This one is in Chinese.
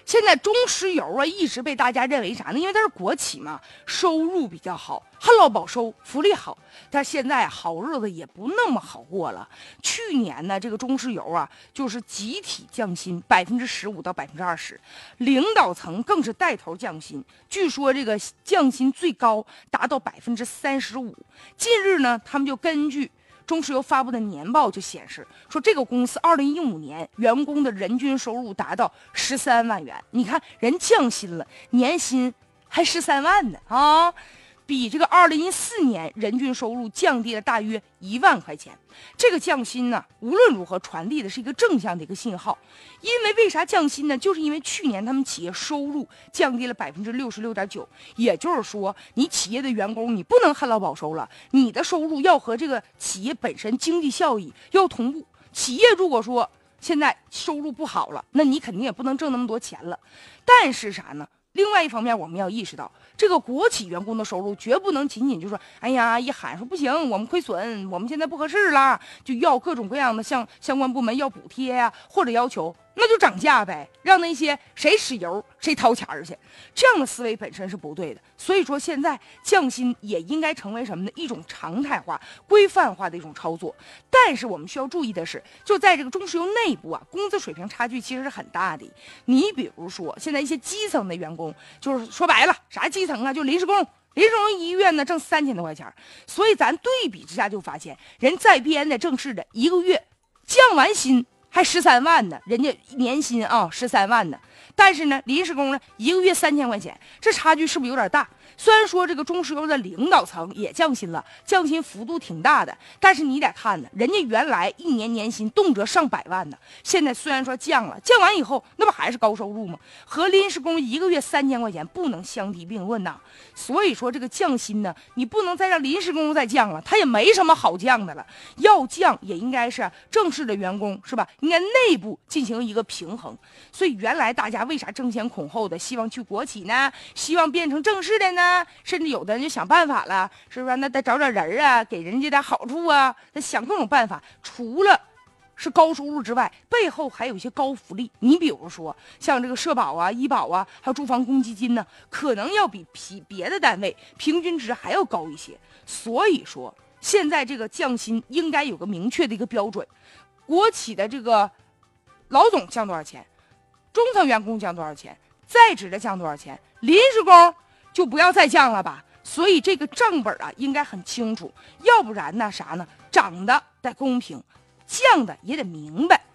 现在中石油啊一直被大家认为啥呢？因为它是国企嘛，收入比较好，旱涝保收，福利好。但现在好日子也不那么好过了。去年呢，这个中石油啊就是集体降薪15%到20%，领导层更是带头降薪，据说这个降薪最高达到35%。近日呢，他们就根据中石油发布的年报就显示，说这个公司2015年员工的人均收入达到13万元。你看人降薪了，年薪还13万呢啊！比这个2014年人均收入降低了大约1万块钱。这个降薪呢，无论如何传递的是一个正向的一个信号。因为啥降薪呢？就是因为去年他们企业收入降低了66.9%，也就是说，你企业的员工你不能旱涝保收了，你的收入要和这个企业本身经济效益要同步。企业如果说现在收入不好了，那你肯定也不能挣那么多钱了。但是啥呢？另外一方面，我们要意识到，这个国企员工的收入绝不能仅仅就说，哎呀，一喊说不行，我们亏损，我们现在不合适了，就要各种各样的向相关部门要补贴呀，或者要求那就涨价呗，让那些谁使油谁掏钱去，这样的思维本身是不对的。所以说现在降薪也应该成为什么呢？一种常态化、规范化的一种操作。但是我们需要注意的是，就在这个中石油内部啊，工资水平差距其实是很大的。你比如说，现在一些基层的员工，就是说白了，啥基层啊，就临时工。临时工一个月呢挣3000多块钱，所以咱对比之下就发现，人在编的正式的一个月降完薪还13万呢，人家年薪啊13万呢，但是呢临时工呢一个月3000块钱，这差距是不是有点大？虽然说这个中石油的领导层也降薪了，降薪幅度挺大的，但是你得看呢，人家原来一年年薪动辄上百万呢，现在虽然说降了，降完以后那不还是高收入吗？和临时工一个月3000块钱不能相提并论呐。所以说这个降薪呢，你不能再让临时工再降了，他也没什么好降的了，要降也应该是正式的员工是吧？应该内部进行一个平衡。所以原来大家为啥争先恐后的希望去国企呢？希望变成正式的呢？甚至有的人就想办法了，是不是？那得找点人啊，给人家点好处啊，他想各种办法。除了是高收入之外，背后还有一些高福利。你比如说像这个社保啊、医保啊，还有住房公积金呢，可能要比别的单位平均值还要高一些。所以说现在这个降薪应该有个明确的一个标准，国企的这个老总降多少钱，中层员工降多少钱，在职的降多少钱，临时工就不要再降了吧。所以这个账本啊应该很清楚，要不然呢啥呢？涨的得公平，降的也得明白。